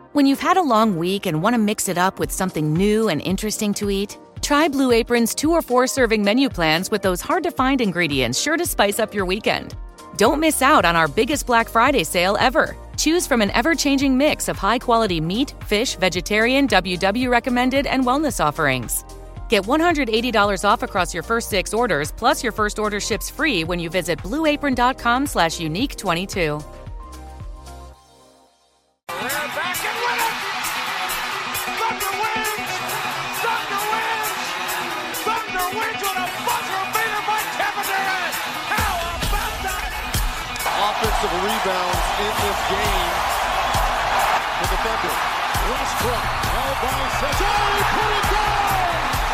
When you've had a long week and want to mix it up with something new and interesting to eat, try Blue Apron's 2 or 4 serving menu plans with those hard-to-find ingredients sure to spice up your weekend. Don't miss out on our biggest Black Friday sale ever. Choose from an ever-changing mix of high-quality meat, fish, vegetarian, WW recommended, and wellness offerings. Get $180 off across your first 6 orders, plus your first order ships free when you visit blueapron.com/unique22. Offensive rebounds in this game for the Thunder. Westbrook held by Sajari, put it down!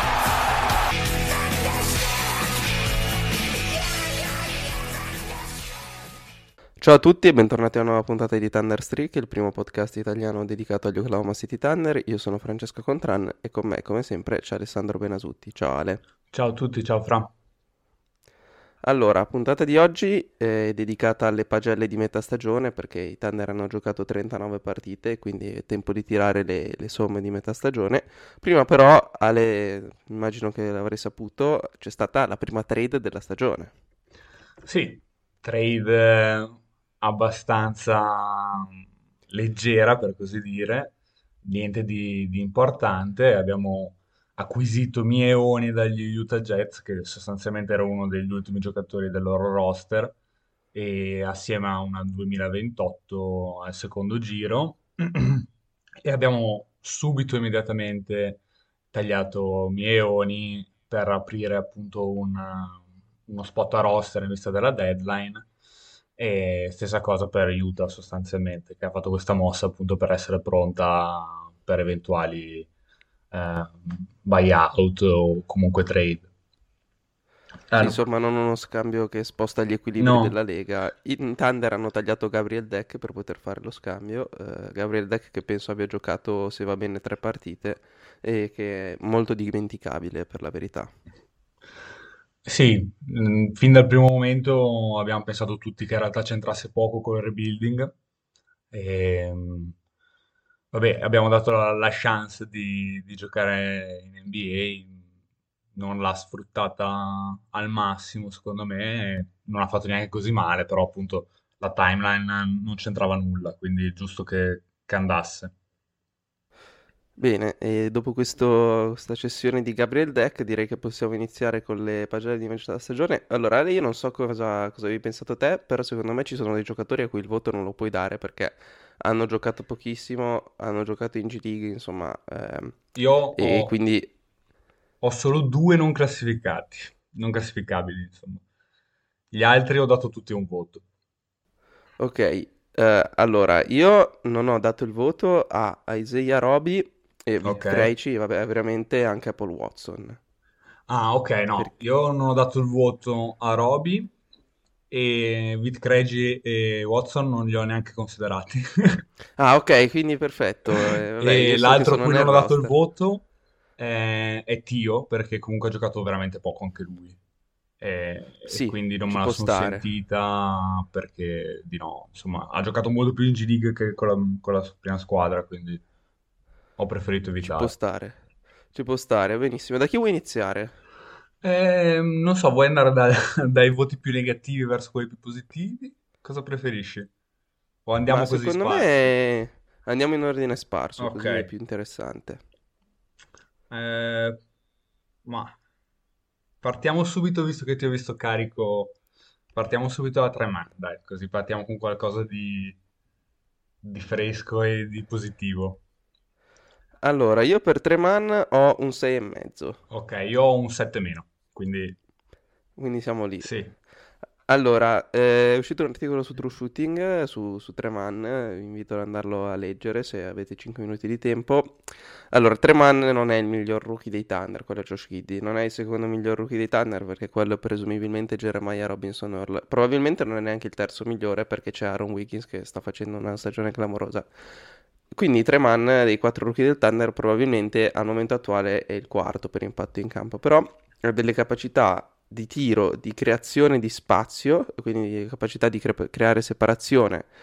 Ciao a tutti e bentornati a una nuova puntata di Thunder Streak, il primo podcast italiano dedicato agli Oklahoma City Thunder. Io sono Francesco Contran e con me, come sempre, c'è Alessandro Benasutti. Ciao Ale. Ciao a tutti, ciao Fra. Allora, puntata di oggi è dedicata alle pagelle di metà stagione perché i Thunder hanno giocato 39 partite, quindi è tempo di tirare le somme di metà stagione. Prima però, Ale, immagino che l'avrei saputo, c'è stata la prima trade della stagione. Sì, trade abbastanza leggera per così dire, niente di importante. Abbiamo acquisito Mieoni dagli Utah Jazz, che sostanzialmente era uno degli ultimi giocatori del loro roster, e assieme a una 2028 al secondo giro, e abbiamo subito, immediatamente, tagliato Mieoni per aprire appunto uno spot a roster in vista della deadline. E stessa cosa per Utah sostanzialmente, che ha fatto questa mossa appunto per essere pronta per eventuali eh, buyout o comunque trade. Sì, No. insomma, non uno scambio che sposta gli equilibri No, della Lega. I Thunder hanno tagliato Gabriel Deck per poter fare lo scambio. Gabriel Deck che penso abbia giocato, se va bene, 3 partite e che è molto dimenticabile per la verità. sì, fin dal primo momento abbiamo pensato tutti che in realtà c'entrasse poco con il rebuilding. E, vabbè, abbiamo dato la chance di giocare in NBA, non l'ha sfruttata al massimo, secondo me, e non ha fatto neanche così male, però appunto la timeline non c'entrava nulla, quindi è giusto che andasse. Bene, e dopo questa cessione di Gabriel Deck direi che possiamo iniziare con le pagine di metà stagione. Allora, Ale, io non so cosa avevi pensato te, però secondo me ci sono dei giocatori a cui il voto non lo puoi dare perché hanno giocato pochissimo, hanno giocato in G League, insomma, Io e quindi ho solo 2 non classificati, non classificabili, insomma. Gli altri ho dato tutti un voto. ok, allora io non ho dato il voto a Isaiah Roby e Ok. Vit Krejci e vabbè, veramente anche a Paul Watson. Ah, ok, no, Perché... io non ho dato il voto a Roby e Vitcregi e Watson non li ho neanche considerati. Ah, ok, quindi perfetto. Vabbè, E io so che l'altro a sono cui nel non ho dato il roster. voto è Tio, perché comunque ha giocato veramente poco anche lui. E Sì, quindi non me ci la può sono stare. sentita perché di no. Insomma, ha giocato molto più in G League che con la prima squadra, quindi ho preferito Ci può evitare. stare. Ci può stare, benissimo. Da chi vuoi iniziare? Non so, vuoi andare dai voti più negativi verso quelli più positivi? Cosa preferisci? O Ma andiamo così secondo sparsi? me andiamo in ordine sparso, Ok. così è più interessante. Eh, ma partiamo subito, visto che ti ho visto carico. Partiamo subito da 3 man, dai, così partiamo con qualcosa di fresco e di positivo. Allora, io per 3 man ho un 6 e mezzo, Ok, io ho un 7 meno, quindi quindi siamo lì. sì. Allora, è uscito un articolo su True Shooting su 3 man, vi invito ad andarlo a leggere se avete 5 minuti di tempo. Allora, 3 man non è il miglior rookie dei Thunder, quello è Josh Giddey, non è il secondo miglior rookie dei Thunder perché quello è presumibilmente Jeremiah Robinson Earl. Probabilmente non è neanche il terzo migliore perché c'è Aaron Wiggins che sta facendo una stagione clamorosa. Quindi i 3 man dei 4 rookie del Thunder probabilmente al momento attuale è il quarto per impatto in campo, però ha delle capacità di tiro, di creazione di spazio, quindi di capacità di creare separazione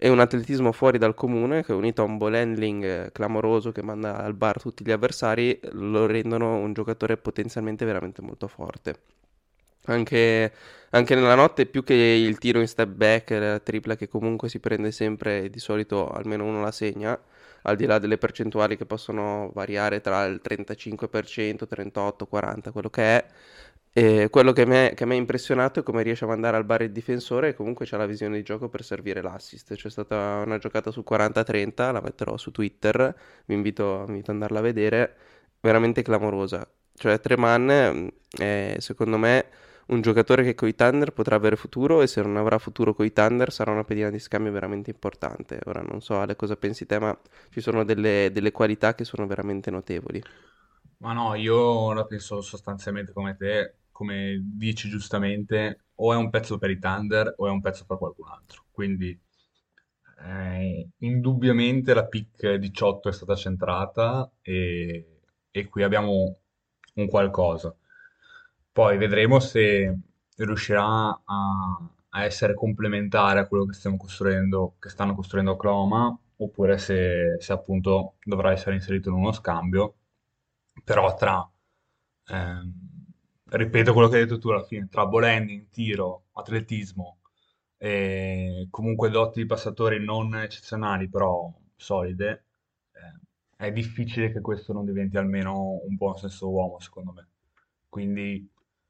e un atletismo fuori dal comune che unito a un ball handling clamoroso che manda al bar tutti gli avversari lo rendono un giocatore potenzialmente veramente molto forte. Anche, anche nella notte, più che il tiro in step back, la tripla che comunque si prende sempre e di solito almeno uno la segna, al di là delle percentuali che possono variare tra il 35%, 38, 40, quello che è. E quello che mi ha impressionato è come riesce a mandare al bar il difensore e comunque c'ha la visione di gioco per servire l'assist. C'è stata una giocata su 40-30, la metterò su Twitter, vi invito ad andarla a vedere, veramente clamorosa. Cioè Treman è secondo me un giocatore che con i Thunder potrà avere futuro e se non avrà futuro con i Thunder sarà una pedina di scambio veramente importante. Ora non so Ale cosa pensi te, ma ci sono delle qualità che sono veramente notevoli. Ma no, io la penso sostanzialmente come te, come dici giustamente, o è un pezzo per i Thunder o è un pezzo per qualcun altro. Quindi indubbiamente la pick 18 è stata centrata e qui abbiamo un qualcosa. Poi vedremo se riuscirà a essere complementare a quello che stiamo costruendo, che stanno costruendo a Oklahoma, oppure se appunto dovrà essere inserito in uno scambio. Però ehm, ripeto quello che hai detto tu alla fine, tra ball handling, tiro, atletismo e comunque doti di passatori non eccezionali, però solide, è difficile che questo non diventi almeno un buon senso uomo, secondo me. Quindi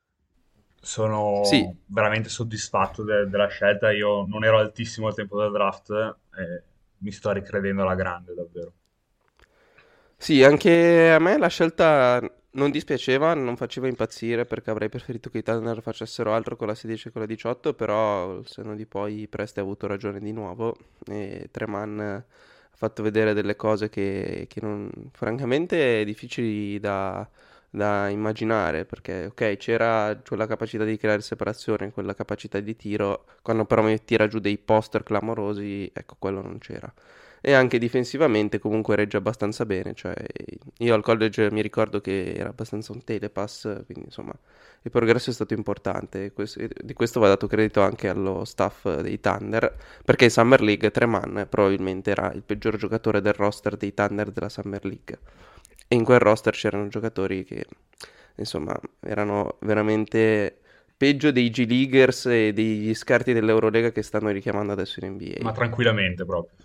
Sì, sono veramente soddisfatto della scelta. Io non ero altissimo al tempo del draft e mi sto ricredendo alla grande, davvero. sì, anche a me la scelta non dispiaceva, non faceva impazzire perché avrei preferito che i Thunder facessero altro con la 16 e con la 18, però il senno di poi Presti ha avuto ragione di nuovo e Treman ha fatto vedere delle cose che non, francamente difficili da immaginare perché ok c'era quella capacità di creare separazione, quella capacità di tiro, quando però mi tira giù dei poster clamorosi, ecco quello non c'era. E anche difensivamente comunque regge abbastanza bene, cioè io al college mi ricordo che era abbastanza un telepass, quindi insomma il progresso è stato importante e di questo va dato credito anche allo staff dei Thunder, perché in Summer League Treman probabilmente era il peggior giocatore del roster dei Thunder della Summer League e in quel roster c'erano giocatori che insomma erano veramente peggio dei G-Leaguers e degli scarti dell'Eurolega che stanno richiamando adesso in Ma NBA. tranquillamente proprio.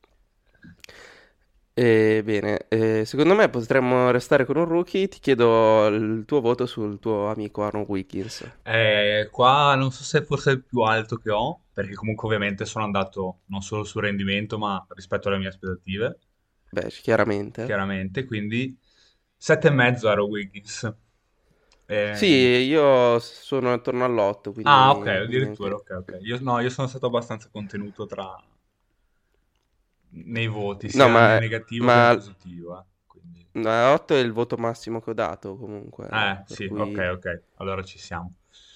Bene, secondo me potremmo restare con un rookie. Ti chiedo il tuo voto sul tuo amico Aaron Wiggins. Qua non so se forse è il più alto che ho, perché comunque ovviamente sono andato non solo sul rendimento, ma rispetto alle mie aspettative, Beh, chiaramente. chiaramente, quindi 7,5 ero Wiggins. Sì, Eh, io sono attorno all'8, ah, ok, quindi addirittura, anche... ok, ok. Io, no, io sono stato abbastanza contenuto nei voti, No, sia nel negativo che nel positivo, quindi... 8 è il voto massimo che ho dato comunque, per Sì, ok, cui... ok, allora ci siamo.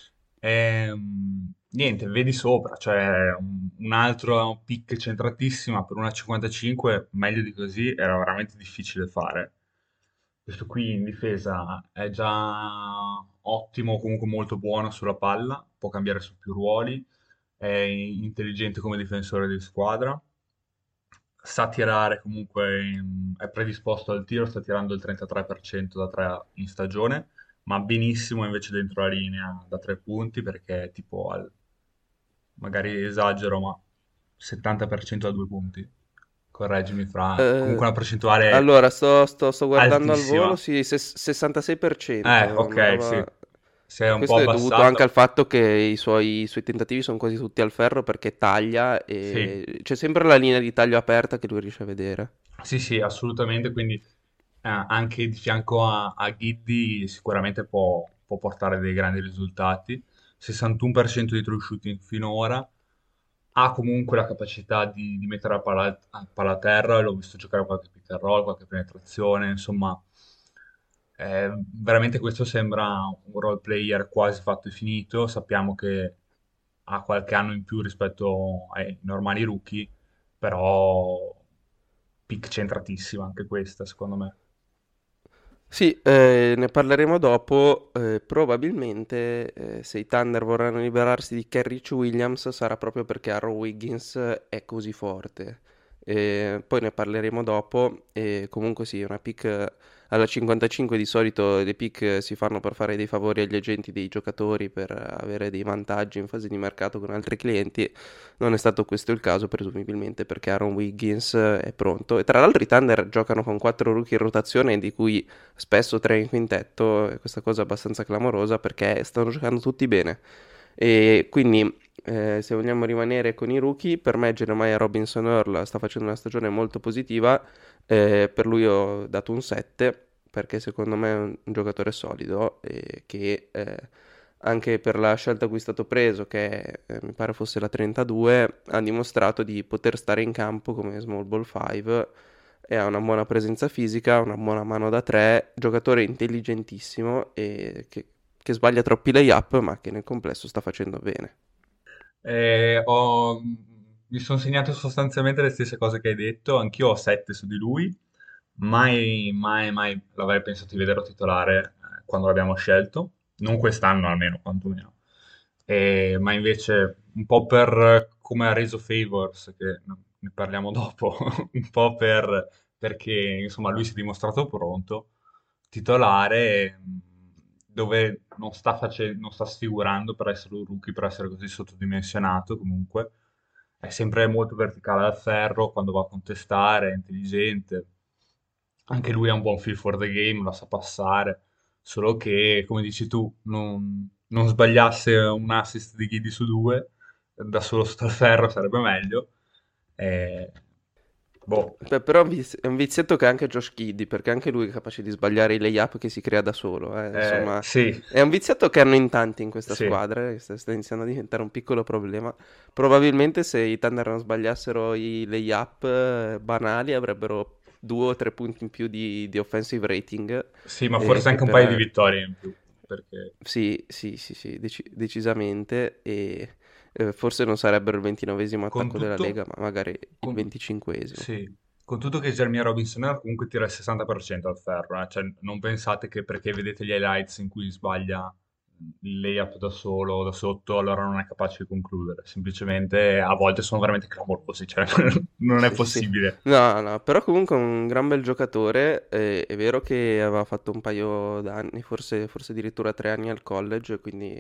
Niente, vedi sopra, cioè un altro pick centratissima per una 55, meglio di così, era veramente difficile fare. Questo qui in difesa è già ottimo, comunque molto buono sulla palla, può cambiare su più ruoli, è intelligente come difensore di squadra, sa tirare comunque, è predisposto al tiro, sta tirando il 33% da 3 in stagione, ma benissimo invece dentro la linea da 3 punti perché è tipo magari esagero, ma 70% da 2 punti. Correggimi fra, comunque Eh, una percentuale allora, sto guardando al volo, altissima. sì, 66%, una Ok, roba... sì. Si è un po' Questo è dovuto anche abbassato. al fatto che i suoi tentativi sono quasi tutti al ferro perché taglia Sì, e c'è sempre la linea di taglio aperta che lui riesce a vedere. sì, sì, assolutamente. Quindi anche di fianco a Giddy sicuramente può portare dei grandi risultati. 61% di true shooting finora. Ha comunque la capacità di mettere la palla a terra. L'ho visto giocare qualche pick and roll, qualche penetrazione. Insomma, veramente questo sembra un role player quasi fatto e finito. Sappiamo che ha qualche anno in più rispetto ai normali rookie, però pick centratissima anche questa, secondo me. Sì, ne parleremo dopo. Probabilmente se i Thunder vorranno liberarsi di Kerrich Williams sarà proprio perché Aaron Wiggins è così forte. Poi ne parleremo dopo. E comunque sì, una pick alla 55 di solito le pick si fanno per fare dei favori agli agenti dei giocatori per avere dei vantaggi in fase di mercato con altri clienti. Non è stato questo il caso, presumibilmente perché Aaron Wiggins è pronto. E tra l'altro i Thunder giocano con 4 rookie in rotazione, di cui spesso 3 in quintetto, e questa cosa è abbastanza clamorosa perché stanno giocando tutti bene. E quindi, se vogliamo rimanere con i rookie, per me Jeremiah Robinson Earl sta facendo una stagione molto positiva. Per lui ho dato un 7 perché secondo me è un giocatore solido e che anche per la scelta a cui è stato preso, che mi pare fosse la 32, ha dimostrato di poter stare in campo come small ball 5 e ha una buona presenza fisica, una buona mano da 3, giocatore intelligentissimo e che sbaglia troppi layup, ma che nel complesso sta facendo bene. Eh, ho- Mi sono segnato sostanzialmente le stesse cose che hai detto, anch'io ho 7 su di lui, mai, mai, mai l'avrei pensato di vederlo titolare quando l'abbiamo scelto, non quest'anno almeno, quantomeno. Ma invece un po' per come ha reso Favors, che ne parliamo dopo, un po' perché insomma lui si è dimostrato pronto, titolare, dove non sta sfigurando per essere un rookie, per essere così sottodimensionato comunque. È sempre molto verticale al ferro quando va a contestare, è intelligente. Anche lui ha un buon feel for the game, la sa passare. Solo che, come dici tu, non sbagliasse un assist di Giddy su due, da solo sotto il ferro sarebbe meglio. Eh, boh, Beh, però è un vizietto che ha anche Josh Giddey, perché anche lui è capace di sbagliare i layup che si crea da solo. Insomma, sì, è un vizietto che hanno in tanti in questa sì. squadra, che sta iniziando a diventare un piccolo problema. Probabilmente se i Thunder non sbagliassero i layup banali avrebbero 2 o 3 punti in più di offensive rating, Sì, ma forse che anche un paio di per... vittorie in più, perché Sì, sì, sì, sì, decisamente. E forse non sarebbero il 29esimo con attacco della Lega, tutto, ma magari il con, 25esimo. sì, con tutto che Jeremy Robinson comunque tira il 60% al ferro, eh. Cioè, non pensate che perché vedete gli highlights in cui sbaglia il layup da solo o da sotto, allora non è capace di concludere. Semplicemente a volte sono veramente clamorosi, cioè non è Sì, sì, sì. possibile. No, no, però comunque è un gran bel giocatore. È vero che aveva fatto un paio d'anni, forse addirittura 3 anni al college, quindi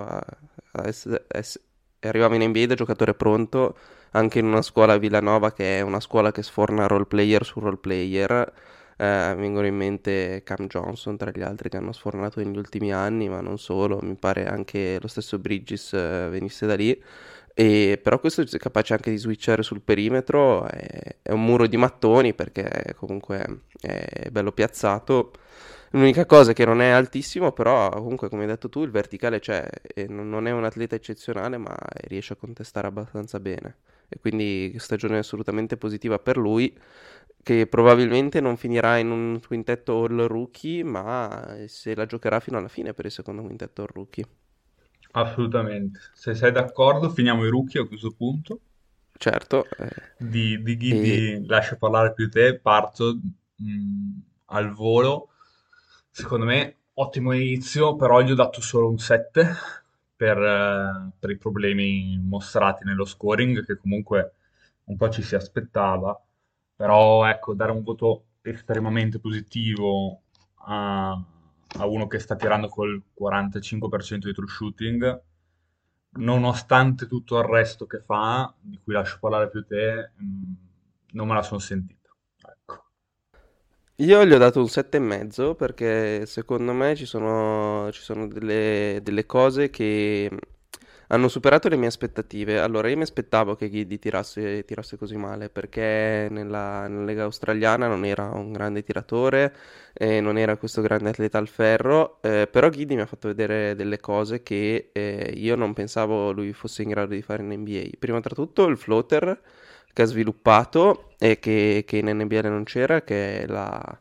arrivava in NBA da giocatore pronto, anche in una scuola a Villanova, che è una scuola che sforna role player su role player. Mi vengono in mente Cam Johnson tra gli altri che hanno sfornato negli ultimi anni, ma non solo, mi pare anche lo stesso Bridges venisse da lì. E però questo è capace anche di switchare sul perimetro, è un muro di mattoni perché comunque è bello piazzato. L'unica cosa è che non è altissimo, però comunque come hai detto tu il verticale c'è e non è un atleta eccezionale, ma riesce a contestare abbastanza bene. E quindi stagione assolutamente positiva per lui, che probabilmente non finirà in un quintetto all rookie, ma se la giocherà fino alla fine per il secondo quintetto all rookie. Assolutamente. Se sei d'accordo, finiamo i rookie a questo punto. Certo, Di e Ghidi lascio parlare più te, parto al volo. Secondo me, ottimo inizio, però gli ho dato solo un 7 per i problemi mostrati nello scoring, che comunque un po' ci si aspettava. Però ecco, dare un voto estremamente positivo a uno che sta tirando col 45% di true shooting, nonostante tutto il resto che fa, di cui lascio parlare più te, non me la sono sentita. Ecco. io gli ho dato un 7,5 perché secondo me ci sono delle cose che hanno superato le mie aspettative. Allora, io mi aspettavo che Giddy tirasse così male perché nella Lega australiana non era un grande tiratore e non era questo grande atleta al ferro, però Giddy mi ha fatto vedere delle cose che io non pensavo lui fosse in grado di fare in NBA. Prima tra tutto il floater che ha sviluppato e che in NBL non c'era, che è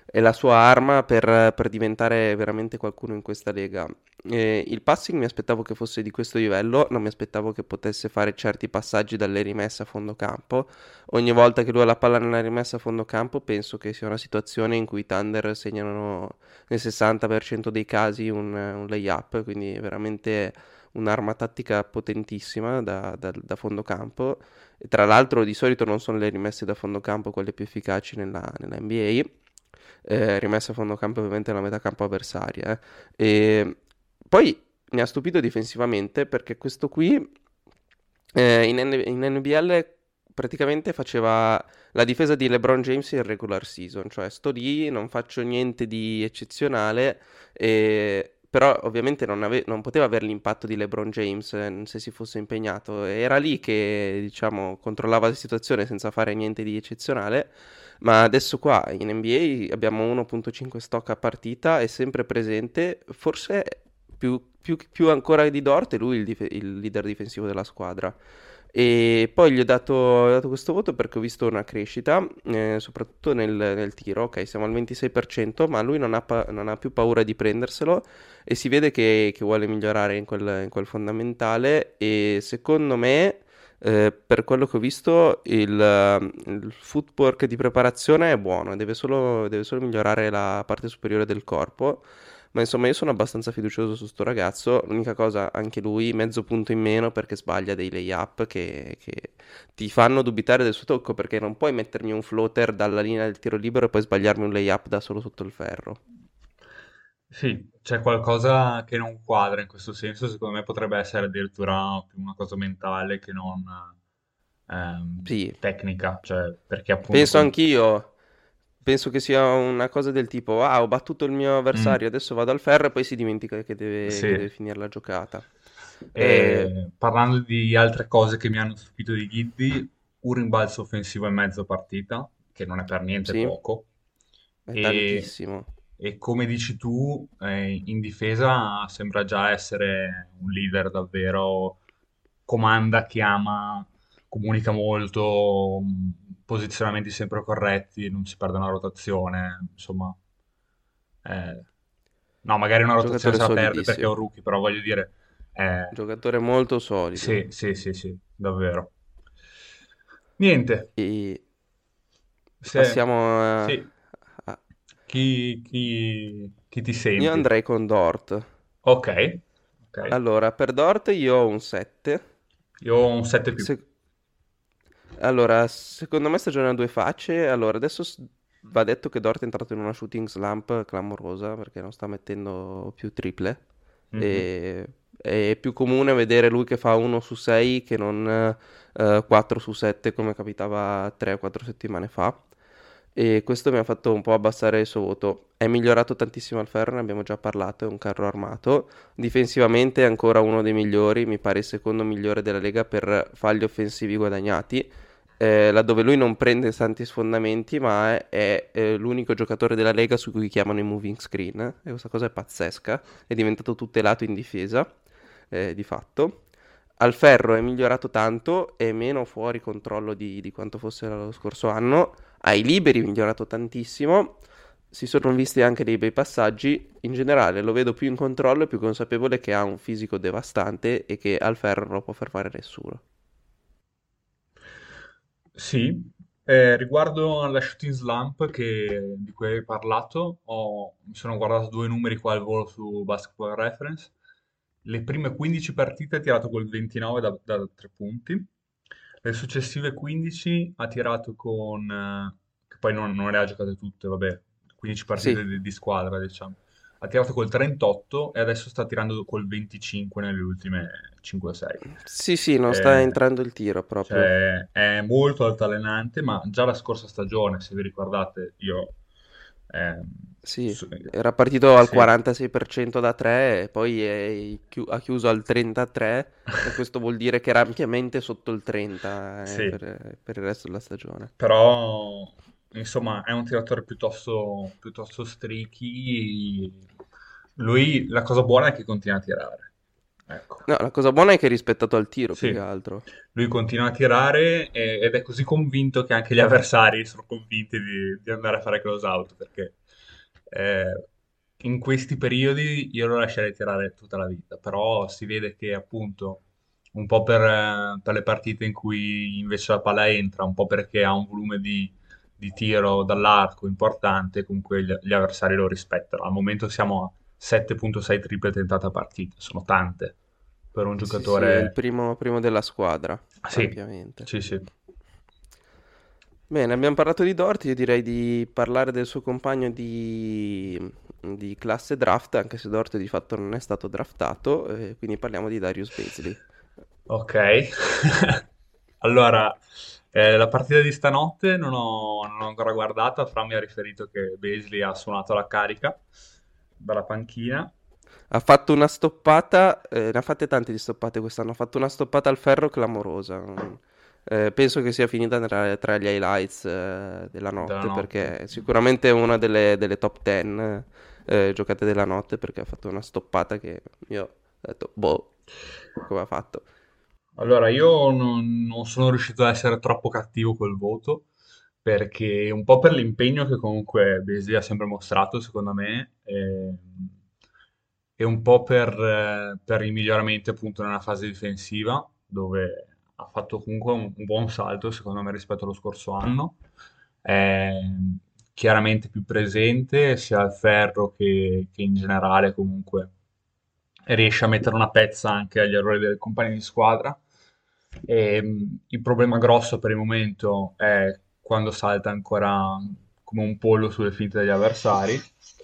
è la sua arma per diventare veramente qualcuno in questa lega. Il passing mi aspettavo che fosse di questo livello, non mi aspettavo che potesse fare certi passaggi dalle rimesse a fondo campo. Ogni volta che lui ha la palla nella rimessa a fondo campo, penso che sia una situazione in cui i Thunder segnano nel 60% dei casi un layup, quindi veramente un'arma tattica potentissima da fondo campo. E tra l'altro di solito non sono le rimesse da fondo campo quelle più efficaci nella NBA, rimesse a fondo campo ovviamente nella metà campo avversaria. E poi mi ha stupito difensivamente perché questo qui in NBL praticamente faceva la difesa di LeBron James in regular season, cioè sto lì, non faccio niente di eccezionale, però ovviamente non poteva avere l'impatto di LeBron James se si fosse impegnato. Era lì che, diciamo, controllava la situazione senza fare niente di eccezionale, ma adesso qua in NBA abbiamo 1.5 stock a partita, è sempre presente, forse più ancora di Dort, è lui il leader difensivo della squadra. E poi gli ho dato questo voto perché ho visto una crescita, soprattutto nel tiro. Ok, siamo al 26%, ma lui non ha più paura di prenderselo e si vede che vuole migliorare in quel fondamentale. E secondo me, per quello che ho visto, il footwork di preparazione è buono, deve solo migliorare la parte superiore del corpo. Ma insomma, io sono abbastanza fiducioso su sto ragazzo. L'unica cosa, anche lui, mezzo punto in meno perché sbaglia dei layup che ti fanno dubitare del suo tocco. Perché non puoi mettermi un floater dalla linea del tiro libero e poi sbagliarmi un layup da solo sotto il ferro. Sì, c'è qualcosa che non quadra in questo senso, secondo me potrebbe essere addirittura più una cosa mentale che non Sì, tecnica, cioè perché appunto penso come... anch'io. Penso che sia una cosa del tipo: ah, ho battuto il mio Mm, avversario, adesso vado al ferro e poi si dimentica che deve, sì. che deve finire la giocata. Eh, E parlando di altre cose che mi hanno stupito di Giddy, un rimbalzo offensivo e mezzo partita, che non è per niente sì, poco, è e, tantissimo. e come dici tu, in difesa sembra già essere un leader davvero, comanda, chiama, comunica molto, posizionamenti sempre corretti, non si perde una rotazione, insomma, eh, no, magari una rotazione Giocatore se la perde perché è un solidissimo. rookie, però voglio dire, eh, Giocatore molto solido. sì, sì, sì, sì, davvero. Niente, E se, passiamo sì, a- chi ti Io senti? andrei con Dort. Ok, ok. Allora, per Dort io ho un 7. Io ho un 7 più. Allora, secondo me stagione a due facce. Allora, adesso va detto che Dort è entrato in una shooting slump clamorosa perché non sta mettendo più triple. Mhm. E è più comune vedere lui che fa 1 su 6 che non 4 su 7 come capitava 3-4 settimane fa. E questo mi ha fatto un po' abbassare il suo voto. È migliorato tantissimo al ferro, ne abbiamo già parlato, è un carro armato. Difensivamente è ancora uno dei migliori, mi pare il secondo migliore della Lega per falli offensivi guadagnati, laddove lui non prende tanti sfondamenti, ma è l'unico giocatore della Lega su cui chiamano i moving screen. E questa cosa è pazzesca, è diventato tutelato in difesa, di fatto. Al ferro è migliorato tanto, è meno fuori controllo di quanto fosse lo scorso anno. Ai liberi è migliorato tantissimo. Si sono visti anche dei bei passaggi. In generale lo vedo più in controllo e più consapevole che ha un fisico devastante e che al ferro non lo può far fare nessuno. Sì, riguardo alla shooting slump di cui hai parlato, mi sono guardato due numeri qua al volo su Basketball Reference. Le prime 15 partite ha tirato col 29 da 3 punti, le successive 15 ha tirato che poi non le ha giocate tutte, vabbè, 15 partite Sì, di squadra, diciamo. Ha tirato col 38 e adesso sta tirando col 25 nelle ultime 5-6. sì, sì, non sta entrando il tiro proprio. Cioè, è molto altalenante, ma già la scorsa stagione, se vi ricordate, io... ehm, Sì, su- era partito al sì, 46% da 3 e poi ha chiuso al 33 e questo vuol dire che era ampiamente sotto il 30 sì, per il resto della stagione. però insomma è un tiratore piuttosto streaky. Lui, la cosa buona è che continua a tirare. Ecco. No, la cosa buona è che è rispettato al tiro, più Sì, che altro. lui continua a tirare ed è così convinto che anche gli avversari sono convinti di andare a fare close out perché eh, in questi periodi io lo lascerei tirare tutta la vita, però si vede che appunto un po' per le partite in cui invece la palla entra, un po' perché ha un volume di tiro dall'arco importante, comunque gli avversari lo rispettano. Al momento siamo a 7,6 triple tentate a partita, sono tante per un Sì, sì, è il giocatore. primo della squadra, Sì, ampiamente. sì, sì. Bene, abbiamo parlato di Dort, io direi di parlare del suo compagno di classe draft, anche se Dort di fatto non è stato draftato, quindi parliamo di Darius Bazley. Ok. Allora, la partita di stanotte non ho ancora guardata. Fra mi ha riferito che Beasley ha suonato la carica dalla panchina. Ha fatto una stoppata, ne ha fatte tante di stoppate quest'anno, ha fatto una stoppata al ferro clamorosa. Penso che sia finita tra gli highlights della Della notte, notte. perché è sicuramente una delle top 10 giocate della notte, perché ha fatto una stoppata che io ho detto, boh, come ha fatto? Allora, io non sono riuscito ad essere troppo cattivo col voto, perché un po' per l'impegno che comunque Beasley ha sempre mostrato, secondo me, e un po' per i miglioramenti appunto nella fase difensiva, dove ha fatto comunque un buon salto, secondo me, rispetto allo scorso anno. È chiaramente più presente sia al ferro che in generale comunque riesce a mettere una pezza anche agli errori dei compagni di squadra. Il problema grosso per il momento è quando salta ancora come un pollo sulle finte degli avversari.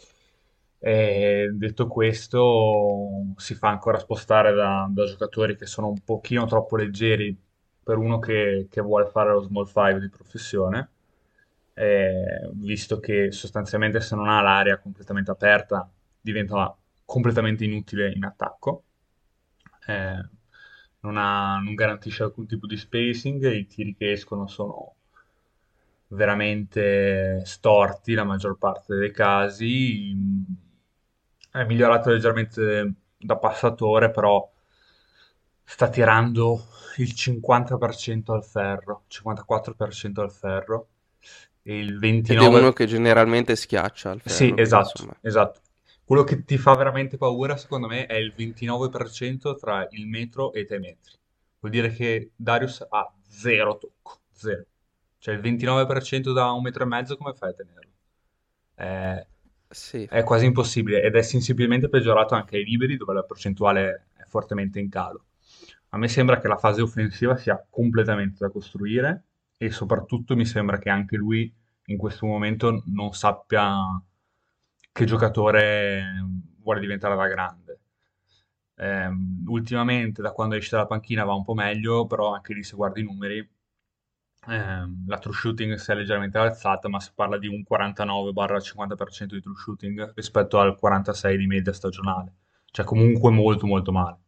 E detto questo, si fa ancora spostare da giocatori che sono un pochino troppo leggeri per uno che vuole fare lo small five di professione, visto che sostanzialmente se non ha l'area completamente aperta diventa completamente inutile in attacco. Eh, non garantisce alcun tipo di spacing, i tiri che escono sono veramente storti la maggior parte dei casi. È migliorato leggermente da passatore, però sta tirando il 50% al ferro, 54% al ferro e il Ed è 29%. uno che generalmente schiaccia al Sì, ferro, quindi esatto, insomma, esatto. Quello che ti fa veramente paura, secondo me, è il 29% tra il metro e i 3 metri. Vuol dire che Darius ha zero tocco, zero. Cioè il 29% da 1,5 metri, come fai a tenerlo? È, sì. è quasi impossibile ed è sensibilmente peggiorato anche ai liberi, dove la percentuale è fortemente in calo. A me sembra che la fase offensiva sia completamente da costruire e soprattutto mi sembra che anche lui in questo momento non sappia che giocatore vuole diventare da grande. Ultimamente, da quando esce dalla panchina, va un po' meglio, però anche lì, se guardi i numeri, la true shooting si è leggermente alzata, ma si parla di un 49-50% di true shooting rispetto al 46% di media stagionale. Cioè, comunque molto, molto male.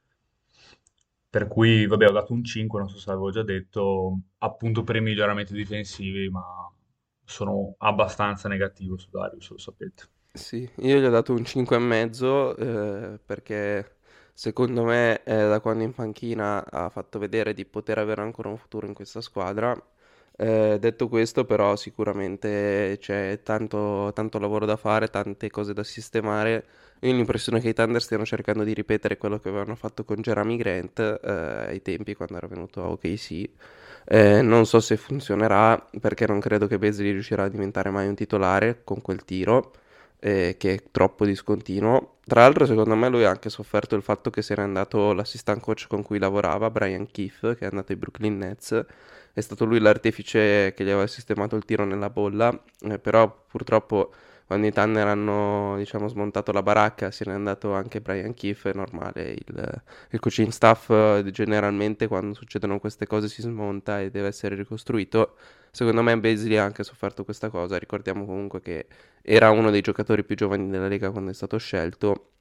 Per cui, vabbè, ho dato un 5, non so se l'avevo già detto, appunto per i miglioramenti difensivi, ma sono abbastanza negativo su Darius, lo sapete. Sì, io gli ho dato un 5,5 perché secondo me da quando in panchina ha fatto vedere di poter avere ancora un futuro in questa squadra. Detto questo, però, sicuramente c'è tanto lavoro da fare, tante cose da sistemare. Io ho l'impressione che i Thunder stiano cercando di ripetere quello che avevano fatto con Jeremy Grant ai tempi quando era venuto a OKC. Non so se funzionerà perché non credo che Beasley riuscirà a diventare mai un titolare con quel tiro che è troppo discontinuo. Tra l'altro, secondo me, lui ha anche sofferto il fatto che se n'è andato l'assistant coach con cui lavorava, Brian Keefe, che è andato ai Brooklyn Nets. È stato lui l'artefice che gli aveva sistemato il tiro nella bolla, però purtroppo quando i Thunder hanno, diciamo, smontato la baracca, se n'è andato anche Brian Keefe, è normale. Il coaching staff generalmente quando succedono queste cose si smonta e deve essere ricostruito. Secondo me Beasley ha anche sofferto questa cosa. Ricordiamo comunque che era uno dei giocatori più giovani della Lega quando è stato scelto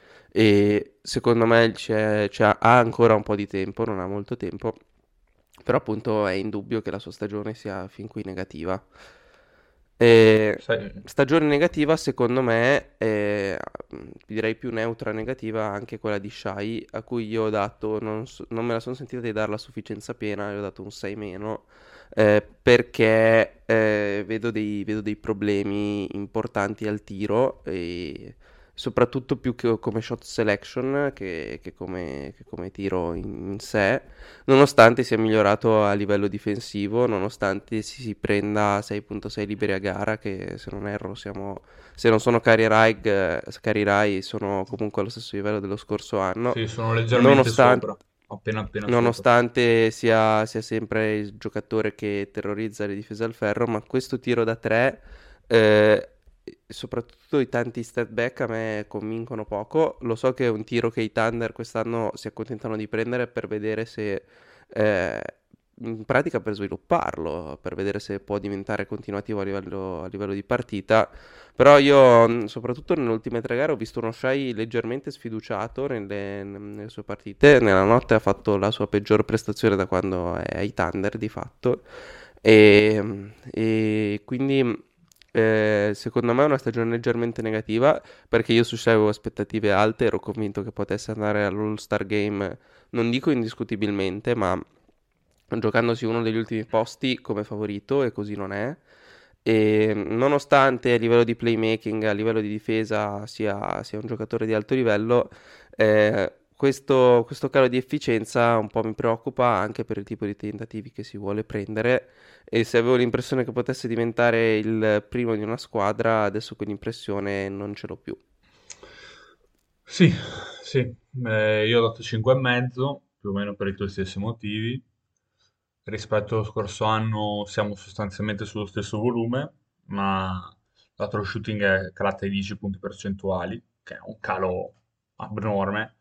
e secondo me ha ancora un po' di tempo, non ha molto tempo, però appunto è indubbio che la sua stagione sia fin qui negativa. Sai, Stagione negativa, secondo me, direi più neutra negativa anche quella di Shai, a cui io ho dato, non me la sono sentita di dare la sufficienza piena, gli ho dato un 6 meno, perché vedo dei problemi importanti al tiro e soprattutto più che come shot selection che come tiro in sé. Nonostante sia migliorato a livello difensivo, nonostante si prenda 6.6 liberi a gara, che se non erro se non sono Carry Rai sono comunque allo stesso livello dello scorso anno, sì, sono leggermente nonostante, sopra, appena sopra. nonostante sia sempre il giocatore che terrorizza le difese al ferro, ma questo tiro da 3, soprattutto i tanti step back a me convincono poco. Lo so che è un tiro che i Thunder quest'anno si accontentano di prendere per vedere se, eh, in pratica per svilupparlo, per vedere se può diventare continuativo a livello di partita. Però io, soprattutto nelle ultime 3 gare, ho visto uno Shai leggermente sfiduciato nelle sue partite. Nella notte ha fatto la sua peggior prestazione da quando è ai Thunder, di fatto. E quindi secondo me è una stagione leggermente negativa perché io su Shai avevo aspettative alte, ero convinto che potesse andare all'All-Star Game, non dico indiscutibilmente, ma giocandosi uno degli ultimi posti come favorito e così non è. E nonostante a livello di playmaking, a livello di difesa sia un giocatore di alto livello, questo calo di efficienza un po' mi preoccupa anche per il tipo di tentativi che si vuole prendere e se avevo l'impressione che potesse diventare il primo di una squadra, adesso quell'impressione non ce l'ho più. Sì, sì, io ho dato 5,5, più o meno per i tuoi stessi motivi. Rispetto allo scorso anno siamo sostanzialmente sullo stesso volume, ma il true shooting è calato ai 10 punti percentuali, che è un calo abnorme.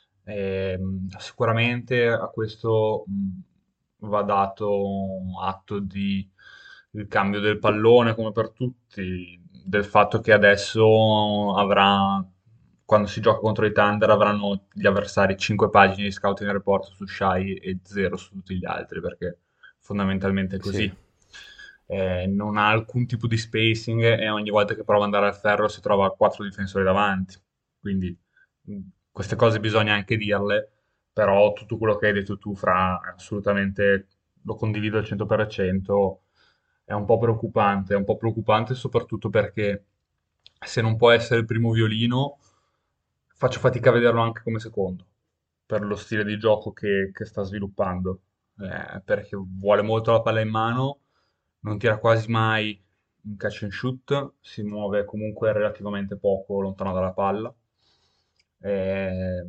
Sicuramente a questo va dato atto di il cambio del pallone come per tutti, del fatto che adesso quando si gioca contro i Thunder avranno gli avversari 5 pagine di scouting report su Shai e 0 su tutti gli altri, perché fondamentalmente è Sì. così. Non ha alcun tipo di spacing e ogni volta che prova ad andare al ferro si trova 4 difensori davanti. Quindi mh, queste cose bisogna anche dirle, però tutto quello che hai detto tu, Fra, assolutamente lo condivido al 100%. È un po' preoccupante soprattutto perché se non può essere il primo violino, faccio fatica a vederlo anche come secondo, per lo stile di gioco che sta sviluppando. Perché vuole molto la palla in mano, non tira quasi mai un catch and shoot, si muove comunque relativamente poco lontano dalla palla. Eh,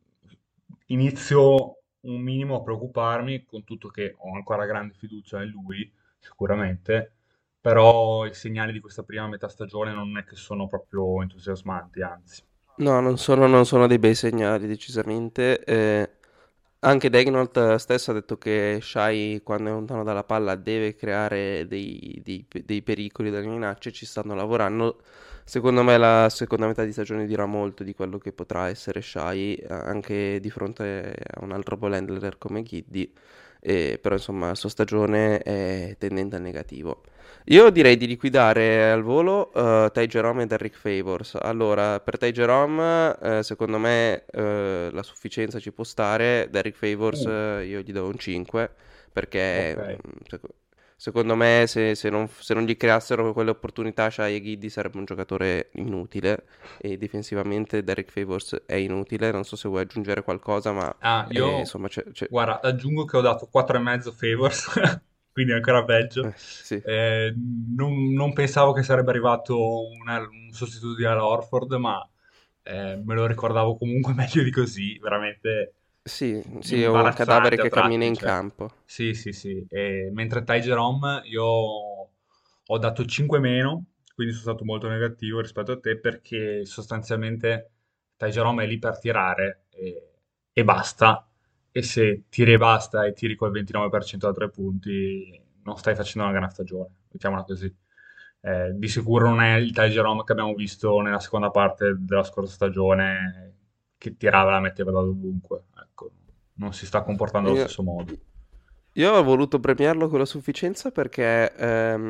Inizio un minimo a preoccuparmi, con tutto che ho ancora grande fiducia in lui, sicuramente, però i segnali di questa prima metà stagione non è che sono proprio entusiasmanti, anzi. No, non sono dei bei segnali, decisamente. Anche Daigneault stesso ha detto che Shai, quando è lontano dalla palla, deve creare dei pericoli, delle minacce. Ci stanno lavorando. Secondo me, la seconda metà di stagione dirà molto di quello che potrà essere Shai, anche di fronte a un altro ball handler come Giddy. Però, insomma, la sua stagione è tendente al negativo. Io direi di liquidare al volo Ty Jerome e Derrick Favors. Allora, per Ty Jerome, secondo me la sufficienza ci può stare. Derrick Favors, Uh, io gli do un 5 ok. perché secondo me se non gli creassero quelle opportunità, Shai e Giddy sarebbe un giocatore inutile e difensivamente Derrick Favors è inutile. Non so se vuoi aggiungere qualcosa, ma Ah, io, insomma guarda, aggiungo che ho dato 4,5 favors, quindi ancora peggio. sì. Eh, non pensavo che sarebbe arrivato un sostituto di Al Horford, ma me lo ricordavo comunque meglio di così, veramente Sì, sì, è un cadavere imbarazzante a che cammina tratti, in cioè. campo. Sì, sì, sì. Mentre Ty Jerome io ho dato 5 meno, quindi sono stato molto negativo rispetto a te perché sostanzialmente Ty Jerome è lì per tirare e basta. E se tiri e basta e tiri col 29% da 3 punti, non stai facendo una gran stagione, mettiamola così. Di sicuro non è il Ty Jerome che abbiamo visto nella seconda parte della scorsa stagione, che tirava e la metteva da dovunque. Ecco, non si sta comportando allo Io, stesso modo. io ho voluto premiarlo con la sufficienza perché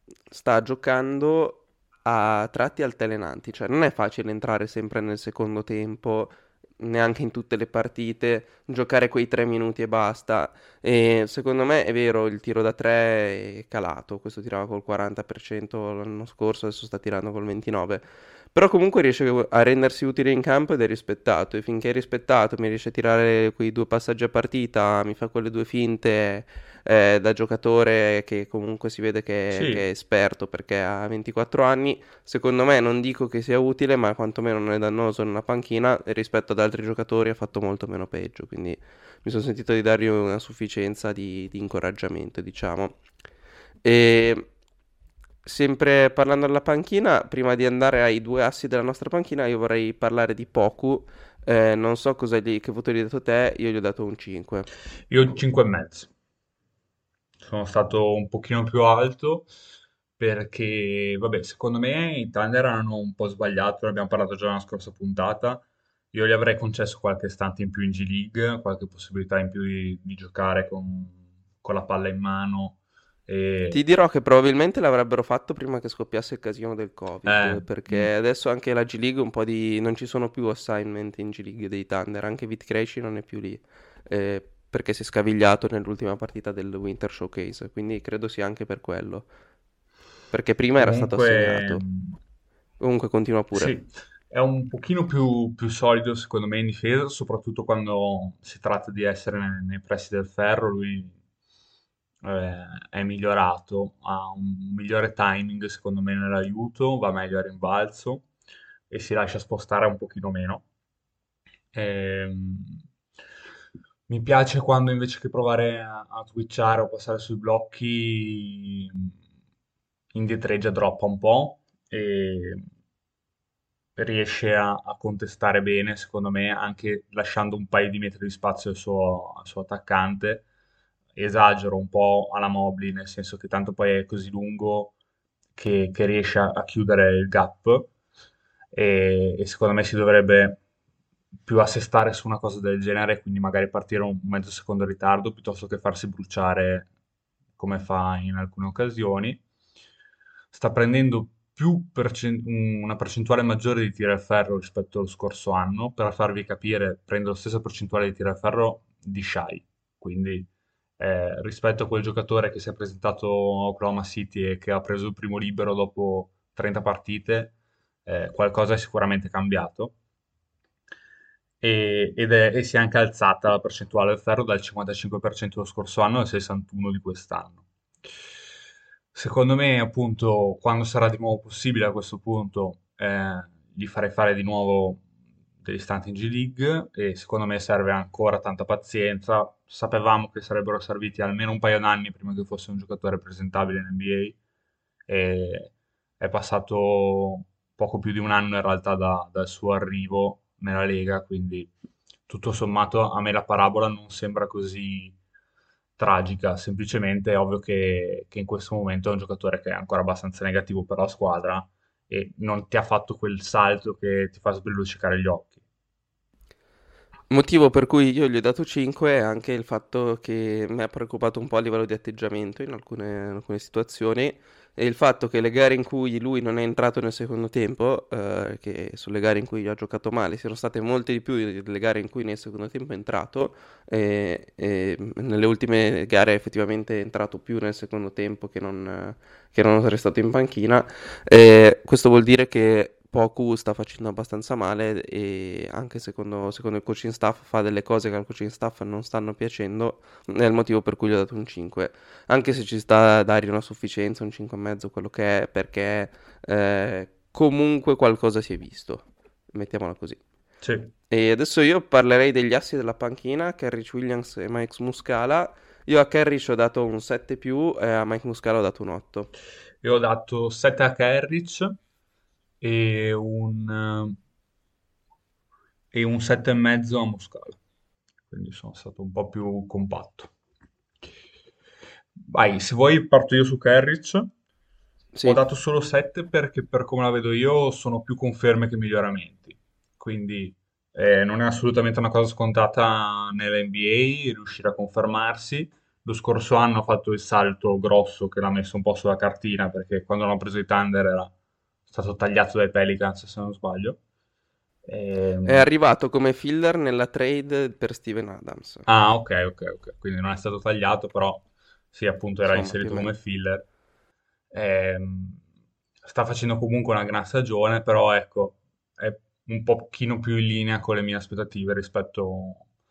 sta giocando a tratti altalenanti, cioè non è facile entrare sempre nel secondo tempo, neanche in tutte le partite, giocare quei 3 minuti e basta. E secondo me è vero, il tiro da tre è calato, questo tirava col 40% l'anno scorso, adesso sta tirando col 29%. Però comunque riesce a rendersi utile in campo ed è rispettato. E finché è rispettato, mi riesce a tirare quei due passaggi a partita, mi fa quelle due finte da giocatore che comunque si vede che è Sì, esperto perché ha 24 anni. Secondo me non dico che sia utile, ma quantomeno non è dannoso in una panchina e rispetto ad altri giocatori ha fatto molto meno peggio. Quindi mi sono sentito di dargli una sufficienza di incoraggiamento, diciamo. E sempre parlando della panchina, prima di andare ai due assi della nostra panchina, io vorrei parlare di Poku. Non so che voto gli hai dato te, io gli ho dato un 5. io 5 e mezzo. Sono stato un pochino più alto perché, vabbè, secondo me i Thunder hanno un po' sbagliato, ne abbiamo parlato già nella scorsa puntata. Io gli avrei concesso qualche istante in più in G League, qualche possibilità in più di giocare con la palla in mano. Ti E, dirò che probabilmente l'avrebbero fatto prima che scoppiasse il casino del Covid, mm, perché adesso anche la G League un po' di... non ci sono più assignment in G League dei Thunder, anche Vit Krejci non è più lì, perché si è scavigliato nell'ultima partita del Winter Showcase, quindi credo sia anche per quello, perché prima era stato comunque, assegnato. Comunque continua pure. sì, è un pochino più solido secondo me in difesa, soprattutto quando si tratta di essere nei pressi del ferro. Lui è migliorato, ha un migliore timing secondo me nell'aiuto, va meglio a rimbalzo e si lascia spostare un pochino meno. Ehm, Mi piace quando invece che provare a twitchare o passare sui blocchi, indietreggia, droppa un po' e riesce a contestare bene, secondo me, anche lasciando un paio di metri di spazio al suo attaccante. Esagero un po' alla Mobley, nel senso che tanto poi è così lungo che riesce a chiudere il gap e secondo me si dovrebbe più assestare su una cosa del genere, quindi magari partire un mezzo secondo in ritardo piuttosto che farsi bruciare come fa in alcune occasioni. Sta prendendo una percentuale maggiore di tiro al ferro rispetto allo scorso anno. Per farvi capire, prende la stessa percentuale di tiro al ferro di Shai, quindi rispetto a quel giocatore che si è presentato a Oklahoma City e che ha preso il primo libero dopo 30 partite, qualcosa è sicuramente cambiato. E si è anche alzata la percentuale del ferro dal 55% lo scorso anno al 61% di quest'anno. Secondo me, appunto, quando sarà di nuovo possibile a questo punto, gli farei fare di nuovo degli istanti in G League e secondo me serve ancora tanta pazienza. Sapevamo che sarebbero serviti almeno un paio d'anni prima che fosse un giocatore presentabile in NBA e è passato poco più di un anno in realtà dal suo arrivo nella Lega, quindi tutto sommato a me la parabola non sembra così tragica, semplicemente è ovvio che in questo momento è un giocatore che è ancora abbastanza negativo per la squadra e non ti ha fatto quel salto che ti fa sbrilluccicare gli occhi. Motivo per cui io gli ho dato 5 è anche il fatto che mi ha preoccupato un po' a livello di atteggiamento in alcune situazioni e il fatto che le gare in cui lui non è entrato nel secondo tempo, che sono le gare in cui ha giocato male, siano state molte di più delle gare in cui nel secondo tempo è entrato e nelle ultime gare effettivamente è entrato più nel secondo tempo che non essere stato in panchina. Questo vuol dire che Poku sta facendo abbastanza male e anche secondo il coaching staff fa delle cose che al coaching staff non stanno piacendo, è il motivo per cui gli ho dato un 5. Anche se ci sta a dargli una sufficienza, un 5 e mezzo, quello che è, perché comunque qualcosa si è visto, mettiamola così. Sì, E adesso io parlerei degli assi della panchina, Kerrich Williams e Mike Muscala. Io a Kerrich ho dato un 7 più e a Mike Muscala ho dato un 8. io ho dato 7 a Kerric e un 7 e mezzo a Muscala, quindi sono stato un po' più compatto. Vai, se vuoi parto io su Kerric. Ho Sì. dato solo 7 perché per come la vedo io sono più conferme che miglioramenti. Quindi non è assolutamente una cosa scontata nell'NBA riuscire a confermarsi. lo scorso anno ha fatto il salto grosso che l'ha messo un po' sulla cartina, perché quando l'hanno preso i Thunder era stato tagliato dai Pelicans, se non sbaglio. È Ehm, arrivato come filler nella trade per Steven Adams. Ah, ok, ok, ok. Quindi non è stato tagliato, però sì, appunto era Insomma, più o inserito come meno. filler. Sta facendo comunque una gran stagione, però ecco, è un pochino più in linea con le mie aspettative rispetto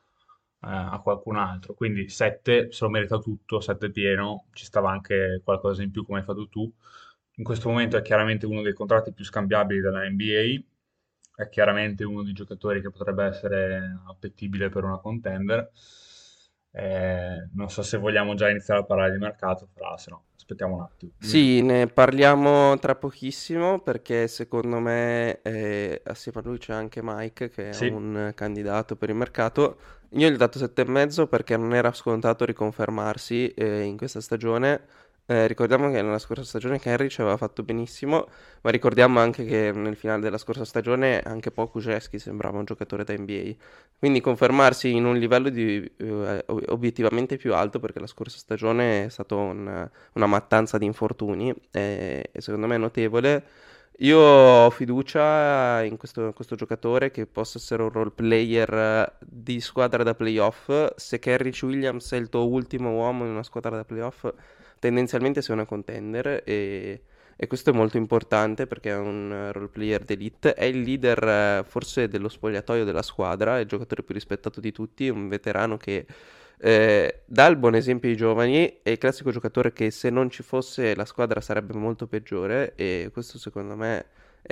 a qualcun altro. Quindi 7 se lo merita tutto, 7 pieno, ci stava anche qualcosa in più come hai fatto tu. In questo momento è chiaramente uno dei contratti più scambiabili della NBA, è chiaramente uno dei giocatori che potrebbe essere appetibile per una contender. Non so se vogliamo già iniziare a parlare di mercato, però se no, aspettiamo un attimo. Dimmi tu. Sì, ne parliamo tra pochissimo perché secondo me assieme a lui c'è anche Mike che è Sì, un candidato per il mercato. Io gli ho dato 7,5 perché non era scontato riconfermarsi in questa stagione. Ricordiamo che nella scorsa stagione Henry ci aveva fatto benissimo, ma ricordiamo anche che nel finale della scorsa stagione anche Paul Kuszewski sembrava un giocatore da NBA. Quindi confermarsi in un livello obiettivamente più alto perché la scorsa stagione è stato una mattanza di infortuni e secondo me è notevole. Io ho fiducia in questo giocatore che possa essere un role player di squadra da playoff. Se Kerrich Williams è il tuo ultimo uomo in una squadra da playoff, tendenzialmente sei una contender e questo è molto importante perché è un role player d'elite. È il leader forse dello spogliatoio della squadra, è il giocatore più rispettato di tutti, un veterano che dà il buon esempio ai giovani, è il classico giocatore che se non ci fosse la squadra sarebbe molto peggiore e questo secondo me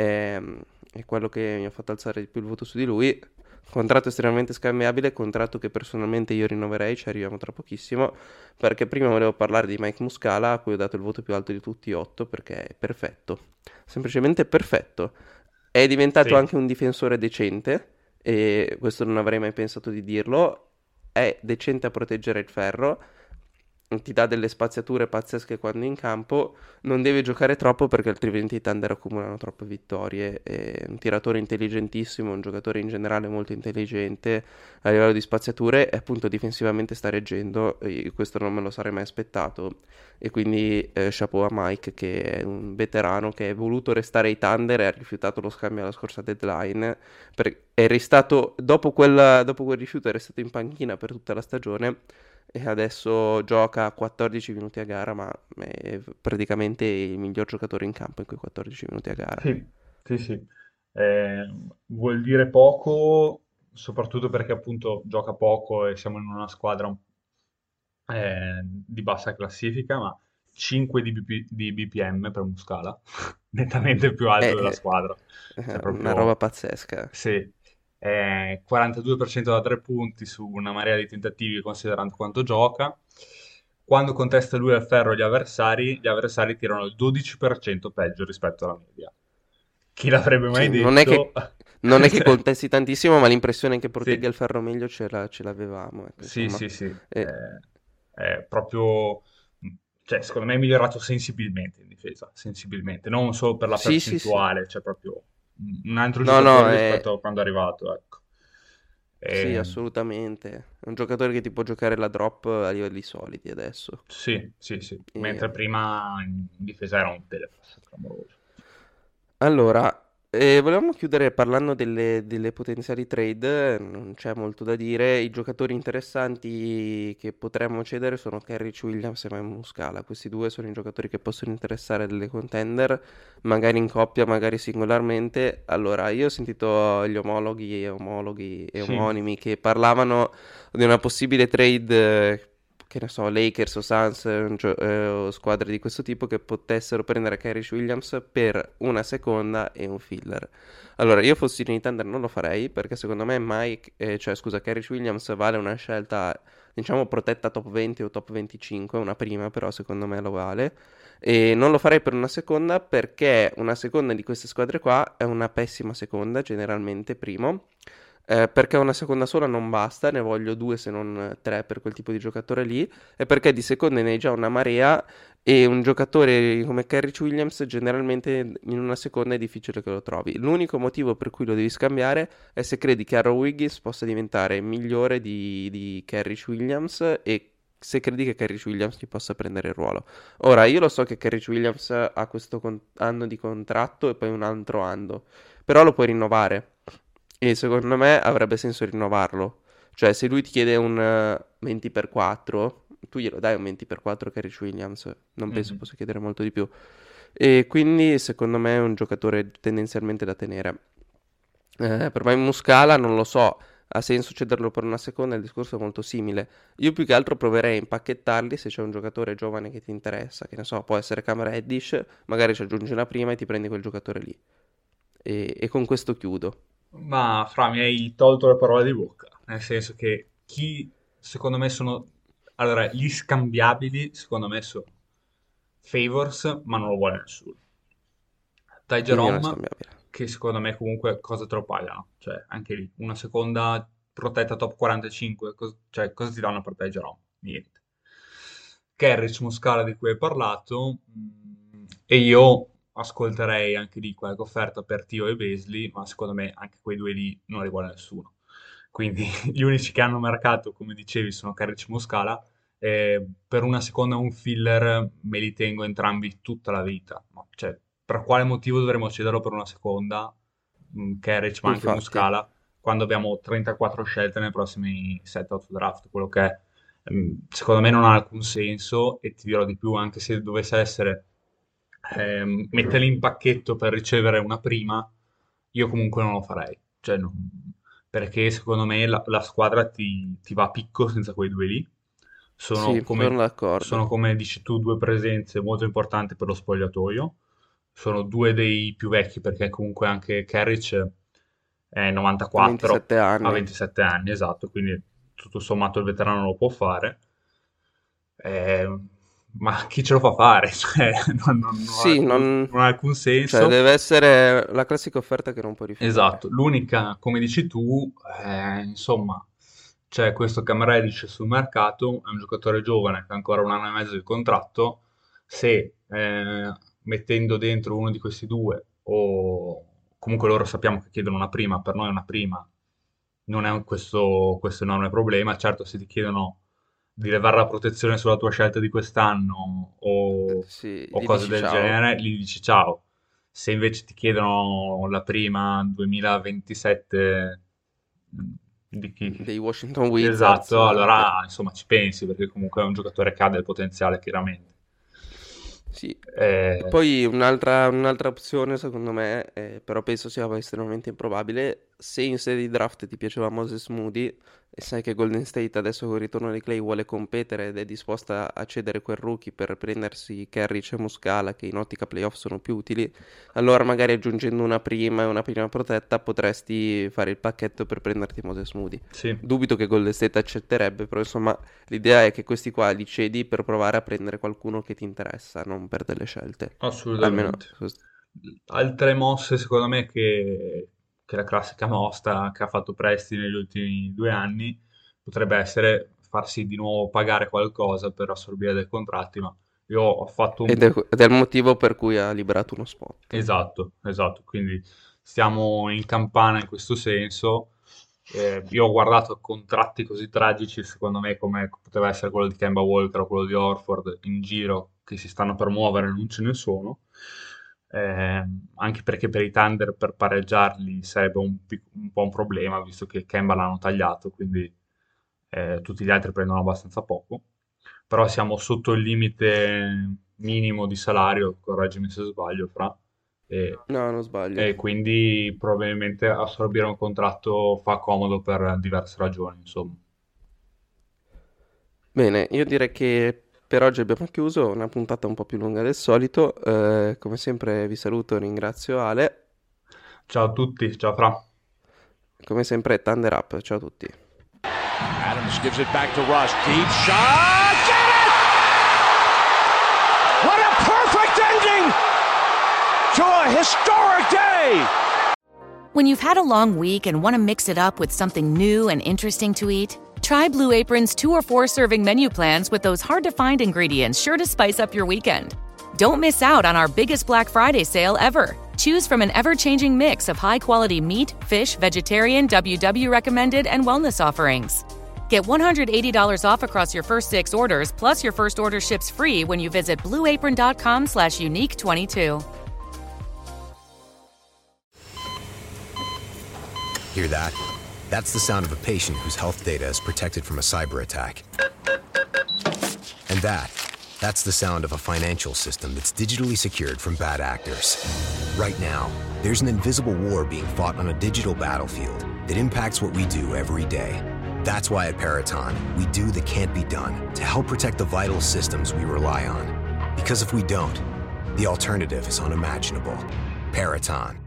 è quello che mi ha fatto alzare di più il voto su di lui. Contratto estremamente scambiabile, contratto che personalmente io rinnoverei, ci arriviamo tra pochissimo, perché prima volevo parlare di Mike Muscala, a cui ho dato il voto più alto di tutti, 8, perché è perfetto, semplicemente perfetto. È diventato sì. anche un difensore decente, e questo non avrei mai pensato di dirlo, è decente a proteggere il ferro, ti dà delle spaziature pazzesche quando è in campo, non deve giocare troppo perché altrimenti i Thunder accumulano troppe vittorie. È un tiratore intelligentissimo, un giocatore in generale molto intelligente a livello di spaziature e appunto difensivamente sta reggendo, e questo non me lo sarei mai aspettato. E quindi chapeau a Mike che è un veterano che è voluto restare ai Thunder e ha rifiutato lo scambio alla scorsa deadline. È restato, dopo quel rifiuto è restato in panchina per tutta la stagione e adesso gioca 14 minuti a gara, ma è praticamente il miglior giocatore in campo in quei 14 minuti a gara. Sì, sì, sì. Vuol dire poco, soprattutto perché appunto gioca poco e siamo in una squadra di bassa classifica, ma 5 di BPM per Muscala, nettamente più alto della È, squadra. è Cioè una roba proprio, pazzesca. sì, 42% da 3 punti su una marea di tentativi considerando quanto gioca. Quando contesta lui al ferro gli avversari tirano il 12% peggio rispetto alla media. Chi l'avrebbe mai Sì, detto? non è che Cioè, contesti tantissimo, ma l'impressione che protegga sì, il ferro meglio ce l'avevamo. Ecco, sì, insomma. sì, sì. Eh, È proprio, cioè, secondo me è migliorato sensibilmente in difesa, sensibilmente, non solo per la sì, sì, sì. percentuale, cioè proprio un altro No, no, giocatore rispetto a quando è arrivato, ecco. sì, E, assolutamente. È un giocatore che ti può giocare la drop a livelli solidi adesso. sì, sì, sì, E- mentre prima in difesa era un telepass clamoroso. Allora, volevamo chiudere parlando delle potenziali trade, non c'è molto da dire, i giocatori interessanti che potremmo cedere sono Kerrich Williams e Mike Muscala, questi due sono i giocatori che possono interessare delle contender, magari in coppia, magari singolarmente. Allora, io ho sentito gli omologhi e Sì, omonimi che parlavano di una possibile trade, che ne so, Lakers o Suns o squadre di questo tipo che potessero prendere Kerrich Williams per una seconda e un filler. Allora, io fossi nei Thunder non lo farei perché secondo me Kerrich Williams vale una scelta, diciamo, protetta top 20 o top 25, una prima però secondo me lo vale. E non lo farei per una seconda perché una seconda di queste squadre qua è una pessima seconda, generalmente primo. Perché una seconda sola non basta, ne voglio due se non tre per quel tipo di giocatore lì, e perché di seconde ne hai già una marea e un giocatore come Kerrich Williams generalmente in una seconda è difficile che lo trovi. L'unico motivo per cui lo devi scambiare è se credi che Aaron Wiggins possa diventare migliore di Kerrich Williams e se credi che Kerry Williams ti possa prendere il ruolo. Ora, io lo so che Kerry Williams ha questo anno di contratto e poi un altro anno, però lo puoi rinnovare e secondo me avrebbe senso rinnovarlo. Cioè, se lui ti chiede un 20x4, tu glielo dai un 20x4 Kerry Williams, non penso possa chiedere molto di più. E quindi secondo me è un giocatore tendenzialmente da tenere. Per me Muscala non lo so, ha senso cederlo per una seconda, il discorso è molto simile. Io più che altro proverei a impacchettarli se c'è un giocatore giovane che ti interessa, che ne so, può essere Cam Reddish, magari ci aggiungi una prima e ti prendi quel giocatore lì. E con questo chiudo. Ma Fra, mi hai tolto le parole di bocca, nel senso che chi secondo me sono... Allora, gli scambiabili secondo me sono Favors, ma non lo vuole nessuno. Ty Quindi non è Jerome, scambiabile. che secondo me comunque cosa te lo pagano? Cioè, anche lì, una seconda protetta top 45, cioè cosa ti danno per Ty Jerome? Niente. Kerric, Muscala di cui hai parlato, e io ascolterei anche lì qualche offerta per Tio e Beasley, ma secondo me anche quei due lì non li vuole nessuno. Quindi gli unici che hanno mercato, come dicevi, sono Kerric e Muscala. Per una seconda e un filler me li tengo entrambi tutta la vita. Ma, cioè, per quale motivo dovremmo cederlo per una seconda? Kerric, ma anche Infatti. Muscala, quando abbiamo 34 scelte nei prossimi 7-8 draft, quello che è. Secondo me non ha alcun senso e ti dirò di più, anche se dovesse essere metterli in pacchetto per ricevere una prima, io comunque non lo farei. Cioè, perché secondo me la squadra ti va a picco senza quei due lì. Sì, sono d'accordo. Sono, come dici tu, due presenze molto importanti per lo spogliatoio. Sono due dei più vecchi perché comunque anche Kerric è 94, 27 anni. ha 27 anni, esatto, quindi tutto sommato il veterano lo può fare. Ma chi ce lo fa fare? Cioè, Sì, non ha alcun senso. Cioè, deve essere la classica offerta che non puoi rifiutare. Esatto, l'unica, come dici tu, insomma, c'è questo Cam Reddish sul mercato, è un giocatore giovane che ha ancora un anno e mezzo di contratto, se mettendo dentro uno di questi due, o comunque loro sappiamo che chiedono una prima, per noi una prima non è questo enorme problema, certo se ti chiedono di levare la protezione sulla tua scelta di quest'anno Sì, o gli cose dici del ciao. genere, gli dici ciao. Se invece ti chiedono la prima 2027 di chi? Dei Washington Wizards. Esatto, allora insomma ci pensi perché comunque è un giocatore che ha del potenziale chiaramente. Sì. E poi un'altra opzione secondo me, però penso sia estremamente improbabile, se in sede di draft ti piaceva Moses Moody e sai che Golden State adesso con il ritorno di Clay vuole competere ed è disposta a cedere quel rookie per prendersi Kerric e Muscala che in ottica playoff sono più utili, allora magari aggiungendo una prima e una prima protetta potresti fare il pacchetto per prenderti Moses Moody. Sì. Dubito che Golden State accetterebbe, però insomma l'idea è che questi qua li cedi per provare a prendere qualcuno che ti interessa, non per delle scelte. Assolutamente. Almeno Altre mosse secondo me che la classica mossa che ha fatto Presti negli ultimi 2 anni potrebbe essere farsi di nuovo pagare qualcosa per assorbire dei contratti, ma io ho fatto un... ed è il motivo per cui ha liberato uno spot. Esatto, quindi stiamo in campana in questo senso. Io ho guardato contratti così tragici, secondo me, come poteva essere quello di Kemba Walker o quello di Horford in giro, che si stanno per muovere, non ce ne sono. Anche perché per i Thunder per pareggiarli sarebbe un po' un problema, visto che Kemba l'hanno tagliato, quindi tutti gli altri prendono abbastanza poco. Però siamo sotto il limite minimo di salario, correggimi se sbaglio, Fra. No, non sbaglio. E quindi probabilmente assorbire un contratto fa comodo per diverse ragioni, insomma. Bene, io direi che per oggi abbiamo chiuso, una puntata un po' più lunga del solito. Come sempre vi saluto, ringrazio Ale. Ciao a tutti, ciao Fra. Come sempre Thunder Up, ciao a tutti. Adams gives it back to Russ. Deep shot. Get it! What a perfect ending to a historic day! When you've had a long week and want to mix it up with something new and interesting to eat, try Blue Apron's 2 or 4 serving menu plans with those hard-to-find ingredients sure to spice up your weekend. Don't miss out on our biggest Black Friday sale ever. Choose from an ever-changing mix of high-quality meat, fish, vegetarian, WW recommended, and wellness offerings. Get $180 off across your first 6 orders, plus your first order ships free when you visit blueapron.com/unique22. Hear that? That's the sound of a patient whose health data is protected from a cyber attack. And that's the sound of a financial system that's digitally secured from bad actors. Right now, there's an invisible war being fought on a digital battlefield that impacts what we do every day. That's why at Peraton, we do the can't be done to help protect the vital systems we rely on. Because if we don't, the alternative is unimaginable. Peraton,